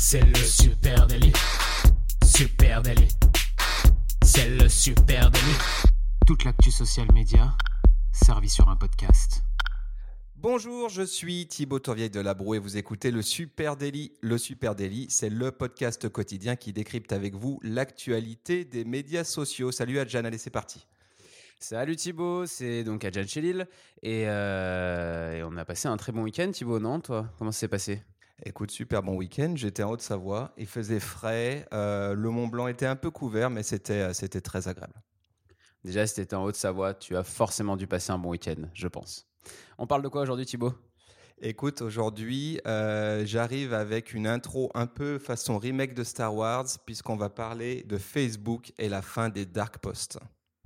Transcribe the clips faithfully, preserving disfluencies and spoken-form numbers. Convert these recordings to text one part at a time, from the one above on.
C'est le super délit. Super délit. C'est le super délit. Toute l'actu social média servie sur un podcast. Bonjour, je suis Thibaut Tourvieille de Labro et vous écoutez le Super Daily. Le Super Daily, c'est le podcast quotidien qui décrypte avec vous l'actualité des médias sociaux. Salut Adjan, allez c'est parti. Salut Thibaut, c'est donc Adjan Chélil et, euh, et on a passé un très bon week-end. Thibaut, non, toi, comment ça s'est passé? Écoute, super bon week-end, j'étais en Haute-Savoie, il faisait frais, euh, le Mont Blanc était un peu couvert mais c'était, c'était très agréable. Déjà, si t'étais en Haute-Savoie, tu as forcément dû passer un bon week-end, je pense. On parle de quoi aujourd'hui, Thibaut? Écoute, aujourd'hui, euh, j'arrive avec une intro un peu façon remake de Star Wars puisqu'on va parler de Facebook et la fin des dark posts.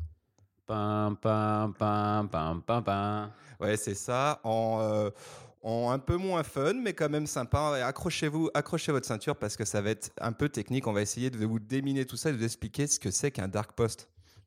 Pam, pam, pam, pam, pam, pam. Ouais, c'est ça. En, euh, en un peu moins fun, mais quand même sympa. Et accrochez-vous, accrochez votre ceinture parce que ça va être un peu technique. On va essayer de vous déminer tout ça et de vous expliquer ce que c'est qu'un dark post.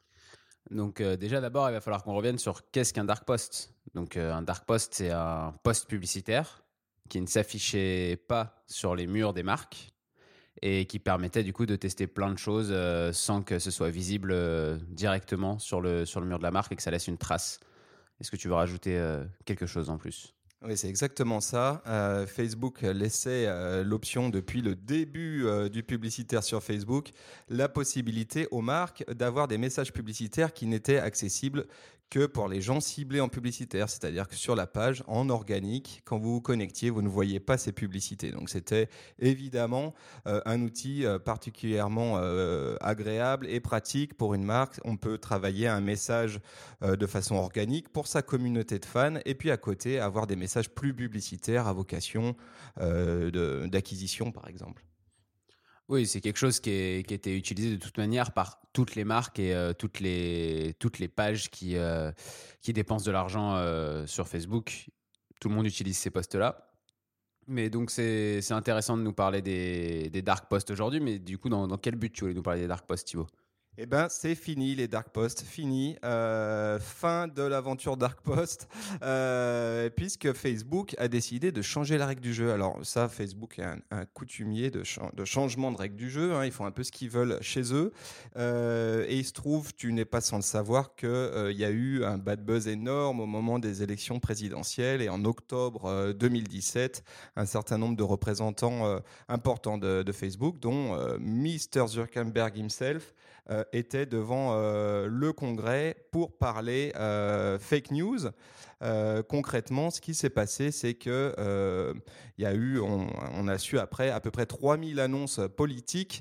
Donc euh, déjà, d'abord, il va falloir qu'on revienne sur qu'est-ce qu'un dark post. Donc euh, un dark post, c'est un post publicitaire qui ne s'affichait pas sur les murs des marques et qui permettait du coup de tester plein de choses euh, sans que ce soit visible euh, directement sur le, sur le mur de la marque et que ça laisse une trace. Est-ce que tu veux rajouter euh, quelque chose en plus? Oui, c'est exactement ça. Euh, Facebook laissait euh, l'option depuis le début euh, du publicitaire sur Facebook, la possibilité aux marques d'avoir des messages publicitaires qui n'étaient accessibles que pour les gens ciblés en publicitaire. C'est-à-dire que sur la page, en organique, quand vous vous connectiez, vous ne voyez pas ces publicités. Donc c'était évidemment euh, un outil euh, particulièrement euh, agréable et pratique pour une marque. On peut travailler un message euh, de façon organique pour sa communauté de fans et puis à côté avoir des messages plus publicitaires à vocation euh, de, d'acquisition par exemple. Oui, c'est quelque chose qui, est, qui était utilisé de toute manière par toutes les marques et euh, toutes, les, toutes les pages qui, euh, qui dépensent de l'argent euh, sur Facebook. Tout le monde utilise ces posts-là. Mais donc, c'est, c'est intéressant de nous parler des, des dark posts aujourd'hui. Mais du coup, dans, dans quel but tu voulais nous parler des dark posts, Thibaut? Eh ben, c'est fini les dark posts, fini, euh, fin de l'aventure dark post, euh, puisque Facebook a décidé de changer la règle du jeu. Alors ça, Facebook est un, un coutumier de, ch- de changement de règle du jeu, hein, ils font un peu ce qu'ils veulent chez eux, euh, et il se trouve, tu n'es pas sans le savoir, qu'il euh, y a eu un bad buzz énorme au moment des élections présidentielles, et en octobre euh, deux mille dix-sept, un certain nombre de représentants euh, importants de, de Facebook, dont euh, mister Zuckerberg himself, Euh, était devant euh, le Congrès pour parler euh, fake news. Euh, concrètement, ce qui s'est passé, c'est que euh, il y a eu, on, on a su après à peu près trois mille annonces politiques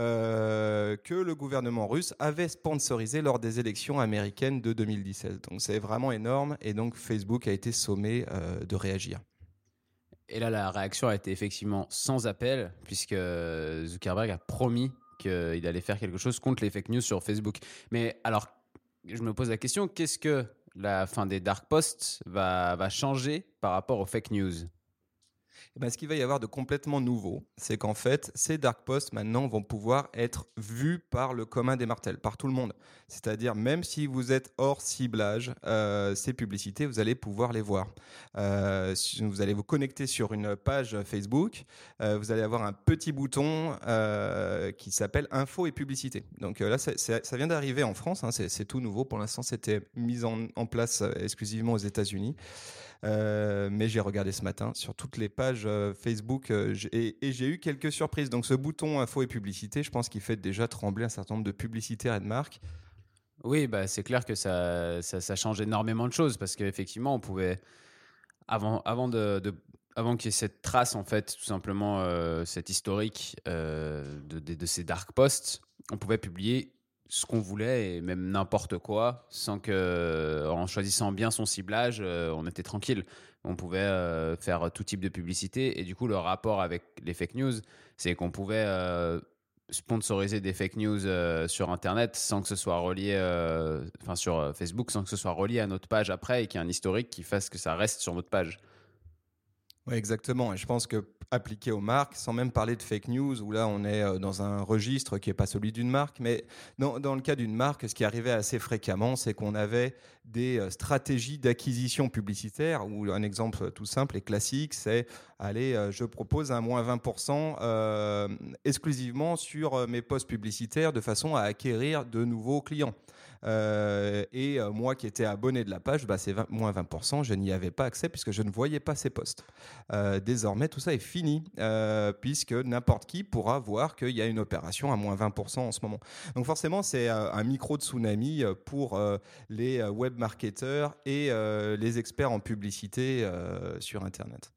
euh, que le gouvernement russe avait sponsorisées lors des élections américaines de deux mille dix-sept. Donc c'est vraiment énorme et donc Facebook a été sommé euh, de réagir. Et là, la réaction a été effectivement sans appel, puisque Zuckerberg a promis qu'il allait faire quelque chose contre les fake news sur Facebook. Mais alors, je me pose la question, qu'est-ce que la fin des dark posts va, va changer par rapport aux fake news? Eh ben, ce qu'il va y avoir de complètement nouveau, c'est qu'en fait, ces dark posts maintenant vont pouvoir être vus par le commun des mortels, par tout le monde. C'est-à-dire, même si vous êtes hors ciblage, euh, ces publicités, vous allez pouvoir les voir. Euh, vous allez vous connecter sur une page Facebook, euh, vous allez avoir un petit bouton euh, qui s'appelle Info et publicité. Donc euh, là, c'est, c'est, ça vient d'arriver en France, hein, c'est, c'est tout nouveau. Pour l'instant, c'était mis en, en place euh, exclusivement aux États-Unis. Euh, mais j'ai regardé ce matin sur toutes les pages euh, Facebook euh, et, et j'ai eu quelques surprises. Donc ce bouton info et publicité, je pense qu'il fait déjà trembler un certain nombre de publicitaires et de marques. Oui, bah, c'est clair que ça, ça, ça change énormément de choses parce qu'effectivement, on pouvait, avant, avant, de, de- avant qu'il y ait cette trace, en fait, tout simplement, euh, cet historique euh, de, de, de ces dark posts, on pouvait publier ce qu'on voulait et même n'importe quoi sans que, en choisissant bien son ciblage, euh, on était tranquille. On pouvait euh, faire tout type de publicité et du coup, le rapport avec les fake news, c'est qu'on pouvait euh, sponsoriser des fake news euh, sur Internet sans que ce soit relié, euh, enfin sur euh, Facebook, sans que ce soit relié à notre page après et qu'il y ait un historique qui fasse que ça reste sur notre page. Oui, exactement. Et je pense que appliqué aux marques, sans même parler de fake news, où là on est euh, dans un registre qui n'est pas celui d'une marque. Mais dans, dans le cas d'une marque, ce qui arrivait assez fréquemment, c'est qu'on avait des euh, stratégies d'acquisition publicitaire, où un exemple tout simple et classique, c'est allez, euh, je propose un moins vingt pour cent euh, exclusivement sur euh, mes posts publicitaires de façon à acquérir de nouveaux clients. Euh, et euh, moi qui étais abonné de la page, bah, c'est vingt, moins vingt pour cent, je n'y avais pas accès puisque je ne voyais pas ces posts. Euh, désormais, tout ça est fini euh, puisque n'importe qui pourra voir qu'il y a une opération à moins vingt pour cent en ce moment. Donc forcément, c'est euh, un micro-tsunami pour euh, les web-marketeurs et euh, les experts en publicité euh, sur Internet.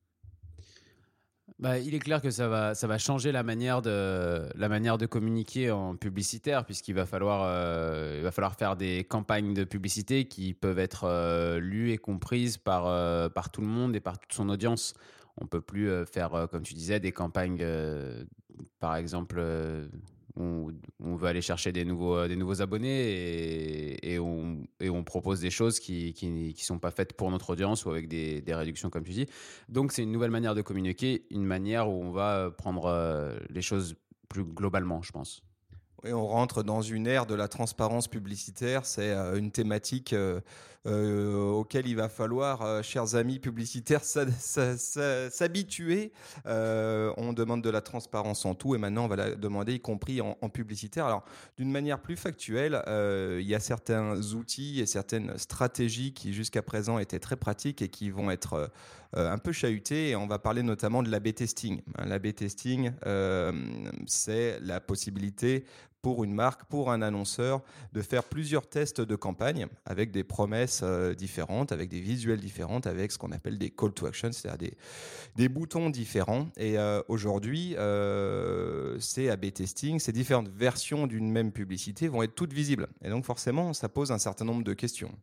Bah, il est clair que ça va, ça va changer la manière de, la manière de communiquer en publicitaire, puisqu'il va falloir, euh, il va falloir faire des campagnes de publicité qui peuvent être euh, lues et comprises par, euh, par tout le monde et par toute son audience. On ne peut plus euh, faire, euh, comme tu disais, des campagnes, euh, par exemple, euh, où on veut aller chercher des nouveaux, euh, des nouveaux abonnés et, et, on, et on propose des choses qui qui, qui sont pas faites pour notre audience ou avec des, des réductions, comme tu dis. Donc, c'est une nouvelle manière de communiquer, une manière où on va prendre euh, les choses plus globalement, je pense. Oui, on rentre dans une ère de la transparence publicitaire. C'est euh, une thématique euh, euh, auquel il va falloir, euh, chers amis publicitaires, s'a- s'a- s'a- s'habituer. Euh, on demande de la transparence en tout et maintenant on va la demander, y compris en, en publicitaire. Alors, d'une manière plus factuelle, euh, il y a certains outils et certaines stratégies qui jusqu'à présent étaient très pratiques et qui vont être euh, euh, un peu chahutés. Et on va parler notamment de l'A B testing. L'A B testing, euh, c'est la possibilité pour une marque, pour un annonceur, de faire plusieurs tests de campagne avec des promesses euh, différentes, avec des visuels différents, avec ce qu'on appelle des call to action, c'est-à-dire des, des boutons différents. Et euh, aujourd'hui, euh, ces A B testing, ces différentes versions d'une même publicité vont être toutes visibles. Et donc forcément, ça pose un certain nombre de questions.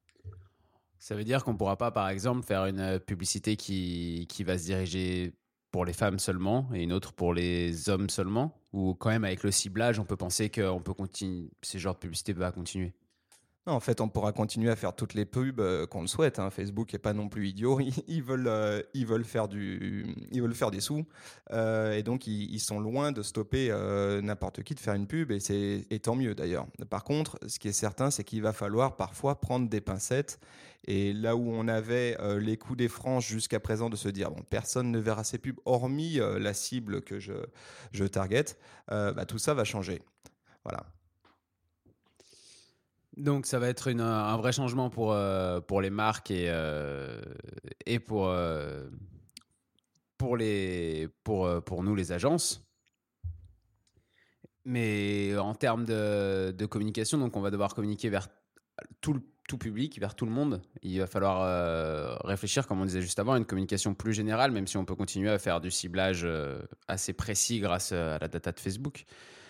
Ça veut dire qu'on ne pourra pas, par exemple, faire une publicité qui, qui va se diriger pour les femmes seulement et une autre pour les hommes seulement? Ou quand même, avec le ciblage, on peut penser que on peut continuer, ce genre de publicité va continuer? Non, en fait, on pourra continuer à faire toutes les pubs euh, qu'on le souhaite, hein. Facebook n'est pas non plus idiot. Ils, ils veulent, euh, ils, veulent faire du, ils veulent faire des sous. Euh, et donc, ils, ils sont loin de stopper euh, n'importe qui de faire une pub. Et, c'est, et tant mieux d'ailleurs. Par contre, ce qui est certain, c'est qu'il va falloir parfois prendre des pincettes. Et là où on avait euh, les coups des franges jusqu'à présent de se dire bon, personne ne verra ces pubs hormis euh, la cible que je, je target, euh, bah, tout ça va changer. Voilà. Donc, ça va être une, un vrai changement pour, euh, pour les marques et, euh, et pour, euh, pour, les, pour, euh, pour nous, les agences. Mais en termes de, de communication, donc on va devoir communiquer vers tout, le, tout public, vers tout le monde. Il va falloir euh, réfléchir, comme on disait juste avant, à une communication plus générale, même si on peut continuer à faire du ciblage euh, assez précis grâce à la data de Facebook.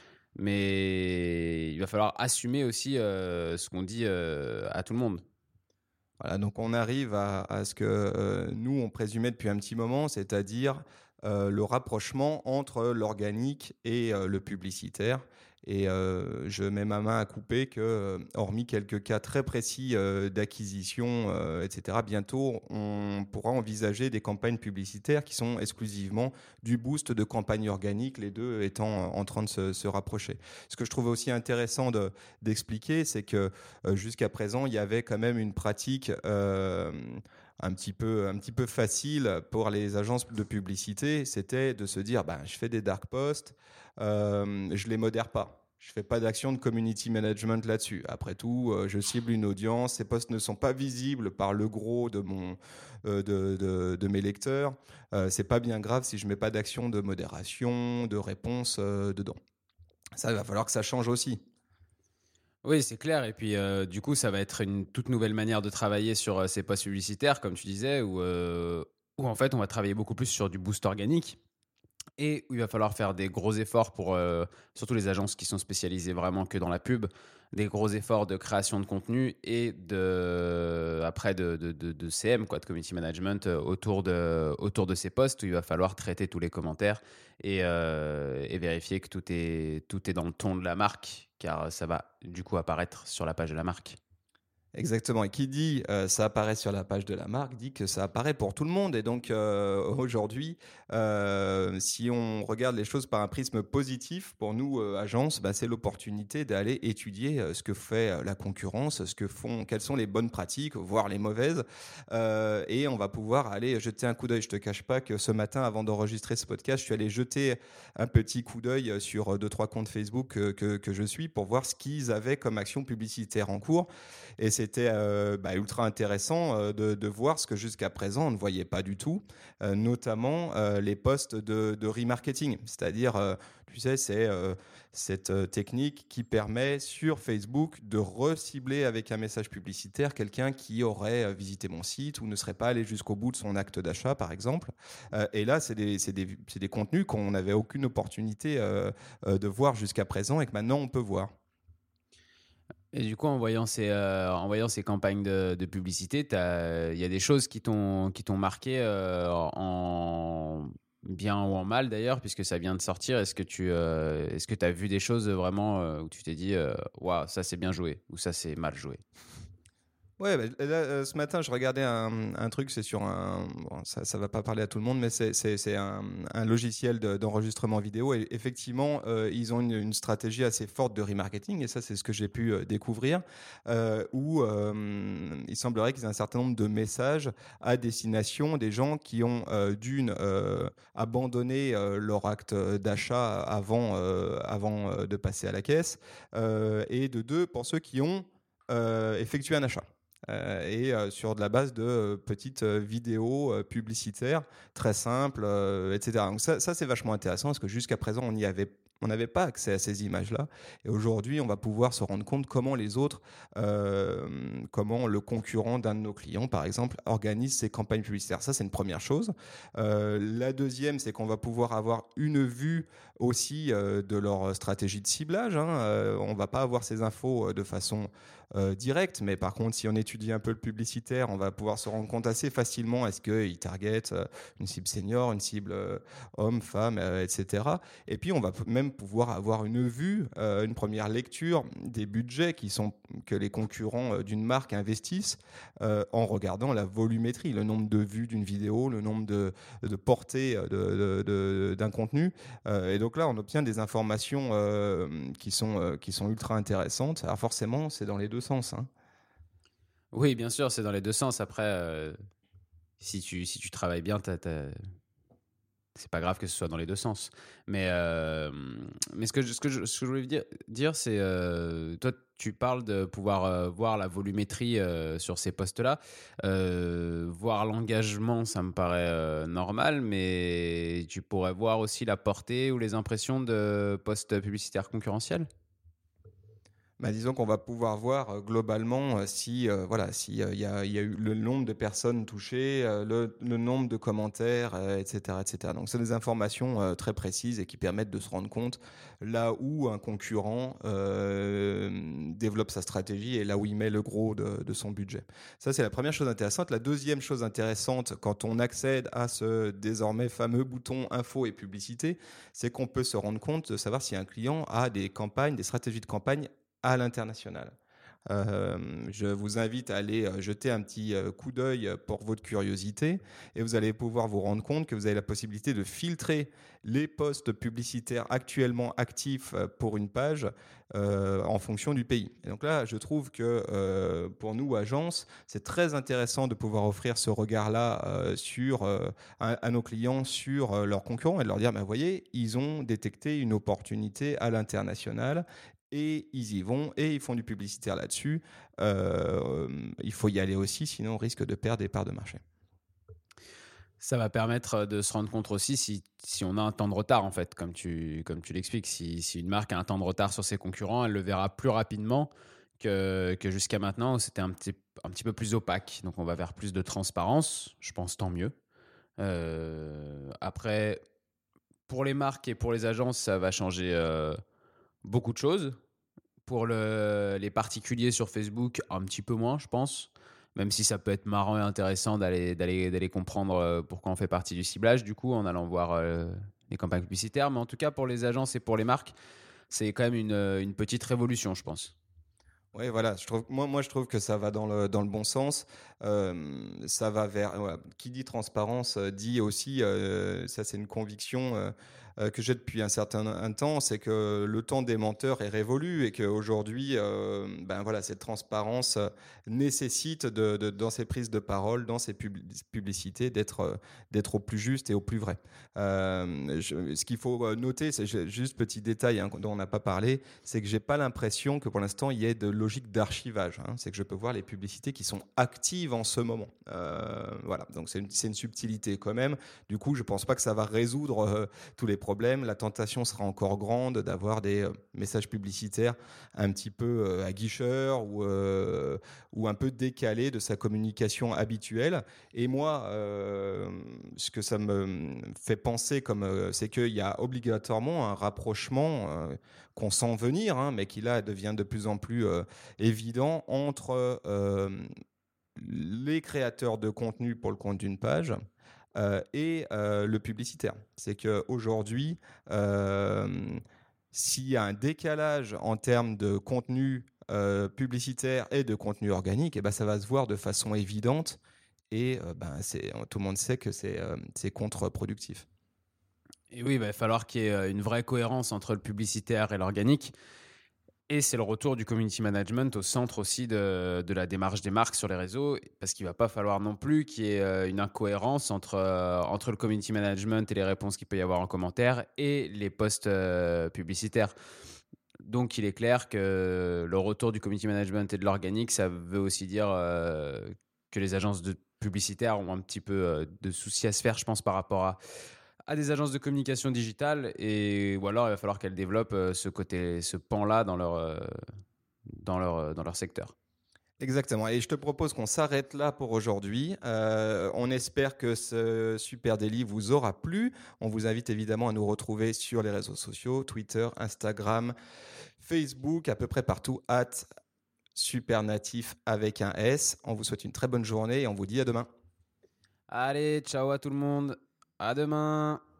Mais il va falloir assumer aussi euh, ce qu'on dit euh, à tout le monde. Voilà, donc on arrive à, à ce que euh, nous, on présumait depuis un petit moment, c'est-à-dire euh, le rapprochement entre l'organique et euh, le publicitaire. Et euh, je mets ma main à couper que, euh, hormis quelques cas très précis euh, d'acquisition, euh, et cetera, bientôt, on pourra envisager des campagnes publicitaires qui sont exclusivement du boost de campagnes organiques, les deux étant en train de se, se rapprocher. Ce que je trouve aussi intéressant de, d'expliquer, c'est que euh, jusqu'à présent, il y avait quand même une pratique euh, un petit peu, un petit peu facile pour les agences de publicité, c'était de se dire, ben, je fais des dark posts, euh, je les modère pas. Je fais pas d'action de community management là-dessus. Après tout, euh, je cible une audience. Ces posts ne sont pas visibles par le gros de mon, euh, de, de, de mes lecteurs. Euh, c'est pas bien grave si je mets pas d'action de modération, de réponse euh, dedans. Ça, il va falloir que ça change aussi. Oui, c'est clair. Et puis, euh, du coup, ça va être une toute nouvelle manière de travailler sur euh, ces posts publicitaires, comme tu disais, où, euh, où en fait, on va travailler beaucoup plus sur du boost organique et où il va falloir faire des gros efforts pour, euh, surtout les agences qui sont spécialisées vraiment que dans la pub, des gros efforts de création de contenu et de, après de, de, de, de C M, quoi, de community management euh, autour de, autour de ces posts où il va falloir traiter tous les commentaires et, euh, et vérifier que tout est, tout est dans le ton de la marque, car ça va du coup apparaître sur la page de la marque. Exactement. Et qui dit euh, ça apparaît sur la page de la marque, dit que ça apparaît pour tout le monde. Et donc euh, aujourd'hui, euh, si on regarde les choses par un prisme positif, pour nous, euh, agences, bah, c'est l'opportunité d'aller étudier euh, ce que fait euh, la concurrence, ce que font, quelles sont les bonnes pratiques, voire les mauvaises. Euh, et on va pouvoir aller jeter un coup d'œil. Je te cache pas que ce matin, avant d'enregistrer ce podcast, je suis allé jeter un petit coup d'œil sur deux, trois comptes Facebook que, que, que je suis pour voir ce qu'ils avaient comme action publicitaire en cours. Et c'était euh, bah, ultra intéressant euh, de, de voir ce que jusqu'à présent on ne voyait pas du tout, euh, notamment euh, les postes de, de remarketing. C'est-à-dire, euh, tu sais, c'est euh, cette euh, technique qui permet sur Facebook de recibler avec un message publicitaire quelqu'un qui aurait euh, visité mon site ou ne serait pas allé jusqu'au bout de son acte d'achat, par exemple. Euh, et là, c'est des, c'est des, c'est des contenus qu'on n'avait aucune opportunité euh, euh, de voir jusqu'à présent et que maintenant on peut voir. Et du coup, en voyant ces, euh, en voyant ces campagnes de, de publicité, il y a des choses qui t'ont, qui t'ont marqué euh, en bien ou en mal d'ailleurs, puisque ça vient de sortir. Est-ce que tu euh, est-ce que tu as vu des choses vraiment euh, où tu t'es dit euh, waouh, ça c'est bien joué ou ça c'est mal joué? Ouais, bah, là, euh, ce matin, je regardais un, un truc, c'est sur un. Bon, ça ne va pas parler à tout le monde, mais c'est, c'est, c'est un, un logiciel de, d'enregistrement vidéo. Et effectivement, euh, ils ont une, une stratégie assez forte de remarketing, et ça, c'est ce que j'ai pu euh, découvrir, euh, où euh, il semblerait qu'ils aient un certain nombre de messages à destination des gens qui ont, euh, d'une, euh, abandonné euh, leur acte d'achat avant, euh, avant euh, de passer à la caisse, euh, et de deux, pour ceux qui ont euh, effectué un achat. Euh, et euh, sur de la base de euh, petites euh, vidéos euh, publicitaires très simples, euh, et cetera. Donc ça, ça c'est vachement intéressant parce que jusqu'à présent, on y avait on n'avait pas accès à ces images-là. Et aujourd'hui, on va pouvoir se rendre compte comment les autres, euh, comment le concurrent d'un de nos clients, par exemple, organise ses campagnes publicitaires. Ça, c'est une première chose. Euh, la deuxième, c'est qu'on va pouvoir avoir une vue aussi euh, de leur stratégie de ciblage. Hein. Euh, on ne va pas avoir ces infos de façon euh, directe, mais par contre, si on étudie un peu le publicitaire, on va pouvoir se rendre compte assez facilement est-ce qu'ils targetent euh, une cible senior, une cible euh, homme, femme, euh, et cetera. Et puis, on va même pouvoir avoir une vue, euh, une première lecture des budgets qui sont, que les concurrents euh, d'une marque investissent euh, en regardant la volumétrie, le nombre de vues d'une vidéo, le nombre de, de portées de, de, de, d'un contenu. Euh, et donc là, on obtient des informations euh, qui, sont, euh, qui sont ultra intéressantes. Alors forcément, c'est dans les deux sens. Hein. Oui, bien sûr, c'est dans les deux sens. Après, euh, si, tu, si tu travailles bien, t'as, t'as... c'est pas grave que ce soit dans les deux sens. Mais, euh, mais ce, que je, ce, que je, ce que je voulais dire, dire c'est euh, toi, tu parles de pouvoir euh, voir la volumétrie euh, sur ces postes-là. Euh, voir l'engagement, ça me paraît euh, normal, mais tu pourrais voir aussi la portée ou les impressions de postes publicitaires concurrentiels. Bah, disons qu'on va pouvoir voir euh, globalement euh, si euh, voilà si euh, il y, a, y a eu le nombre de personnes touchées, euh, le, le nombre de commentaires, euh, et cetera, et cetera. Donc c'est des informations euh, très précises et qui permettent de se rendre compte là où un concurrent euh, développe sa stratégie et là où il met le gros de, de son budget. Ça c'est la première chose intéressante. La deuxième chose intéressante quand on accède à ce désormais fameux bouton info et publicité, c'est qu'on peut se rendre compte de savoir si un client a des campagnes, des stratégies de campagne à l'international. Euh, je vous invite à aller jeter un petit coup d'œil pour votre curiosité et vous allez pouvoir vous rendre compte que vous avez la possibilité de filtrer les posts publicitaires actuellement actifs pour une page euh, en fonction du pays. Et donc là, je trouve que euh, pour nous, agences, c'est très intéressant de pouvoir offrir ce regard-là euh, sur, euh, à, à nos clients sur euh, leurs concurrents et de leur dire, ben, vous voyez, ils ont détecté une opportunité à l'international et ils y vont et ils font du publicitaire là-dessus. Euh, il faut y aller aussi, sinon on risque de perdre des parts de marché. Ça va permettre de se rendre compte aussi si, si on a un temps de retard, en fait, comme tu, comme tu l'expliques. Si, si une marque a un temps de retard sur ses concurrents, elle le verra plus rapidement que, que jusqu'à maintenant où c'était un petit, un petit peu plus opaque. Donc on va vers plus de transparence, je pense tant mieux. Euh, après, pour les marques et pour les agences, ça va changer euh, beaucoup de choses. Pour le, les particuliers sur Facebook, un petit peu moins, je pense. Même si ça peut être marrant et intéressant d'aller, d'aller, d'aller comprendre pourquoi on fait partie du ciblage, du coup, en allant voir euh, les campagnes publicitaires. Mais en tout cas, pour les agences et pour les marques, c'est quand même une, une petite révolution, je pense. Oui, voilà. Je trouve, moi, moi, je trouve que ça va dans le, dans le bon sens. Euh, ça va vers. Voilà. Qui dit transparence euh, dit aussi, euh, ça c'est une conviction euh, euh, que j'ai depuis un certain un temps, c'est que le temps des menteurs est révolu et qu'aujourd'hui, euh, ben voilà, cette transparence euh, nécessite de, de- dans ses prises de parole, dans ses pub- publicités, d'être euh, d'être au plus juste et au plus vrai. Euh, je- ce qu'il faut noter, c'est ju- juste petit détail hein, dont on n'a pas parlé, c'est que j'ai pas l'impression que pour l'instant il y ait de logique d'archivage. Hein. C'est que je peux voir les publicités qui sont actives en ce moment. Euh, voilà, donc c'est une, c'est une subtilité quand même. Du coup, je pense pas que ça va résoudre euh, tous les problèmes. La tentation sera encore grande d'avoir des euh, messages publicitaires un petit peu euh, aguicheurs ou, euh, ou un peu décalés de sa communication habituelle. Et moi, euh, ce que ça me fait penser, comme, euh, c'est qu'il y a obligatoirement un rapprochement euh, qu'on sent venir, hein, mais qui là devient de plus en plus euh, évident entre euh, les créateurs de contenu pour le compte d'une page euh, et euh, le publicitaire. C'est qu'aujourd'hui, euh, s'il y a un décalage en termes de contenu euh, publicitaire et de contenu organique, eh ben, ça va se voir de façon évidente et euh, ben, c'est, tout le monde sait que c'est, euh, c'est contre-productif. Et oui, il va falloir qu'il y ait euh, une vraie cohérence entre le publicitaire et l'organique. Et c'est le retour du community management au centre aussi de, de la démarche des marques sur les réseaux, parce qu'il ne va pas falloir non plus qu'il y ait euh, une incohérence entre, euh, entre le community management et les réponses qu'il peut y avoir en commentaire et les posts euh, publicitaires. Donc il est clair que le retour du community management et de l'organique, ça veut aussi dire euh, que les agences de publicitaires ont un petit peu euh, de soucis à se faire, je pense, par rapport à, à des agences de communication digitale, et ou alors il va falloir qu'elles développent euh, ce côté, ce pan-là dans leur, euh, dans leur, euh, dans leur secteur. Exactement. Et je te propose qu'on s'arrête là pour aujourd'hui. Euh, on espère que ce super délit vous aura plu. On vous invite évidemment à nous retrouver sur les réseaux sociaux, Twitter, Instagram, Facebook, à peu près partout, at supernatif avec un S. On vous souhaite une très bonne journée et on vous dit à demain. Allez, ciao à tout le monde, à demain.